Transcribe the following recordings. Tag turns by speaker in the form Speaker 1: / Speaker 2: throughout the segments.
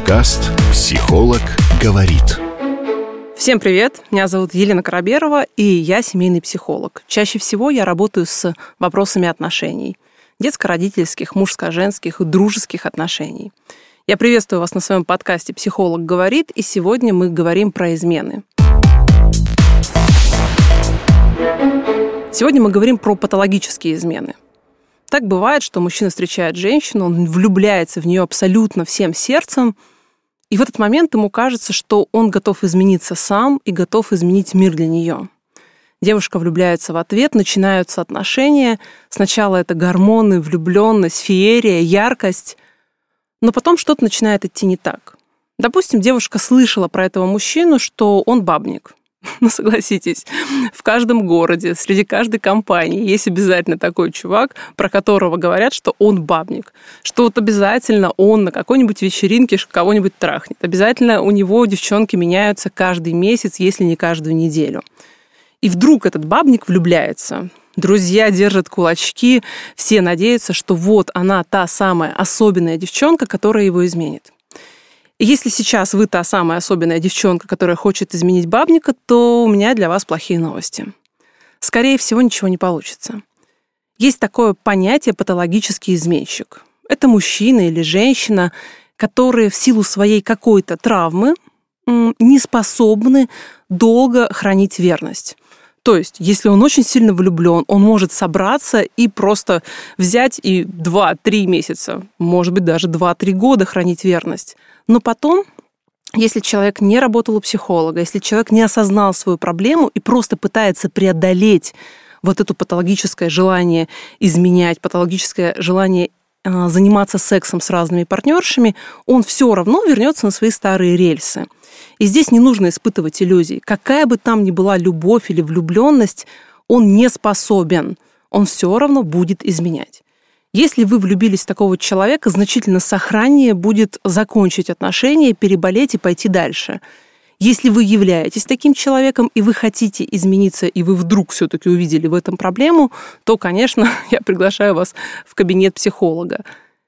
Speaker 1: Подкаст «Психолог говорит».
Speaker 2: Всем привет, меня зовут Елена Короберова, и я семейный психолог. Чаще всего я работаю с вопросами отношений. Детско-родительских, мужско-женских и дружеских отношений. Я приветствую вас на своем подкасте «Психолог говорит», и сегодня мы говорим про измены. Сегодня мы говорим про патологические измены. Так бывает, что мужчина встречает женщину, он влюбляется в нее абсолютно всем сердцем, и в этот момент ему кажется, что он готов измениться сам и готов изменить мир для нее. Девушка влюбляется в ответ, начинаются отношения. Сначала это гормоны, влюбленность, феерия, яркость. Но потом что-то начинает идти не так. Допустим, девушка слышала про этого мужчину, что он бабник. Ну, согласитесь, в каждом городе, среди каждой компании есть обязательно такой чувак, про которого говорят, что он бабник. Что вот обязательно он на какой-нибудь вечеринке кого-нибудь трахнет. Обязательно у него девчонки меняются каждый месяц, если не каждую неделю. И вдруг этот бабник влюбляется. Друзья держат кулачки, все надеются, что вот она та самая особенная девчонка, которая его изменит. И если сейчас вы та самая особенная девчонка, которая хочет изменить бабника, то у меня для вас плохие новости. Скорее всего, ничего не получится. Есть такое понятие патологический изменщик. Это мужчина или женщина, которые в силу своей какой-то травмы не способны долго хранить верность. То есть, если он очень сильно влюблен, он может собраться и просто взять и 2-3 месяца, может быть, даже 2-3 года хранить верность. Но потом, если человек не работал у психолога, если человек не осознал свою проблему и просто пытается преодолеть вот это патологическое желание изменять, патологическое желание заниматься сексом с разными партнершами, он все равно вернется на свои старые рельсы. И здесь не нужно испытывать иллюзий. Какая бы там ни была любовь или влюбленность, он не способен. Он все равно будет изменять. Если вы влюбились в такого человека, значительно сохраннее будет закончить отношения, переболеть и пойти дальше. Если вы являетесь таким человеком, и вы хотите измениться, и вы вдруг все-таки увидели в этом проблему, то, конечно, я приглашаю вас в кабинет психолога.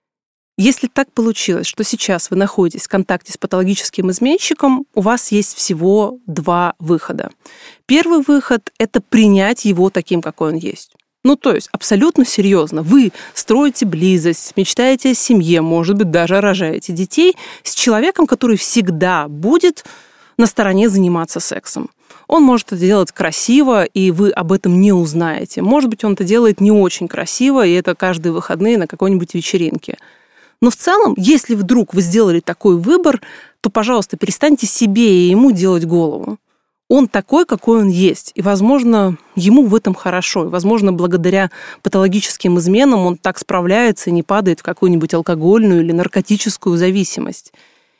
Speaker 2: Если так получилось, что сейчас вы находитесь в контакте с патологическим изменщиком, у вас есть всего 2 выхода. Первый выход – это принять его таким, какой он есть. Ну, то есть абсолютно серьезно. Вы строите близость, мечтаете о семье, может быть, даже рожаете детей с человеком, который всегда будет на стороне заниматься сексом. Он может это делать красиво, и вы об этом не узнаете. Может быть, он это делает не очень красиво, и это каждые выходные на какой-нибудь вечеринке. Но в целом, если вдруг вы сделали такой выбор, то, пожалуйста, перестаньте себе и ему делать голову. Он такой, какой он есть. И, возможно, ему в этом хорошо. И, возможно, благодаря патологическим изменам он так справляется и не падает в какую-нибудь алкогольную или наркотическую зависимость.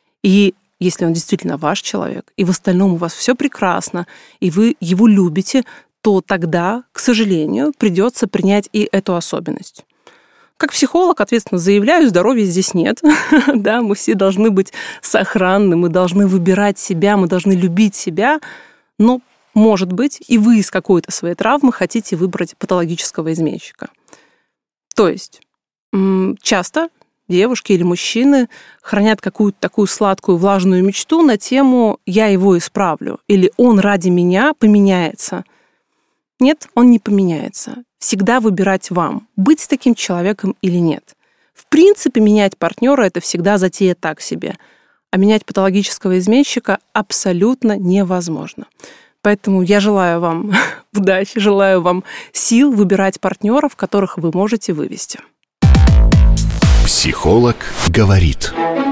Speaker 2: И если он действительно ваш человек, и в остальном у вас все прекрасно, и вы его любите, то тогда, к сожалению, придется принять и эту особенность. Как психолог ответственно заявляю, здоровья здесь нет. Да, мы все должны быть сохранны, мы должны выбирать себя, мы должны любить себя. Но, может быть, и вы из какой-то своей травмы хотите выбрать патологического изменщика. То есть часто девушки или мужчины хранят какую-то такую сладкую, влажную мечту на тему «я его исправлю» или «он ради меня поменяется». Нет, он не поменяется. Всегда выбирать вам, быть с таким человеком или нет. В принципе, менять партнера – это всегда затея так себе. А менять патологического изменщика абсолютно невозможно. Поэтому я желаю вам удачи, желаю вам сил выбирать партнеров, которых вы можете вывести.
Speaker 1: «Психолог говорит».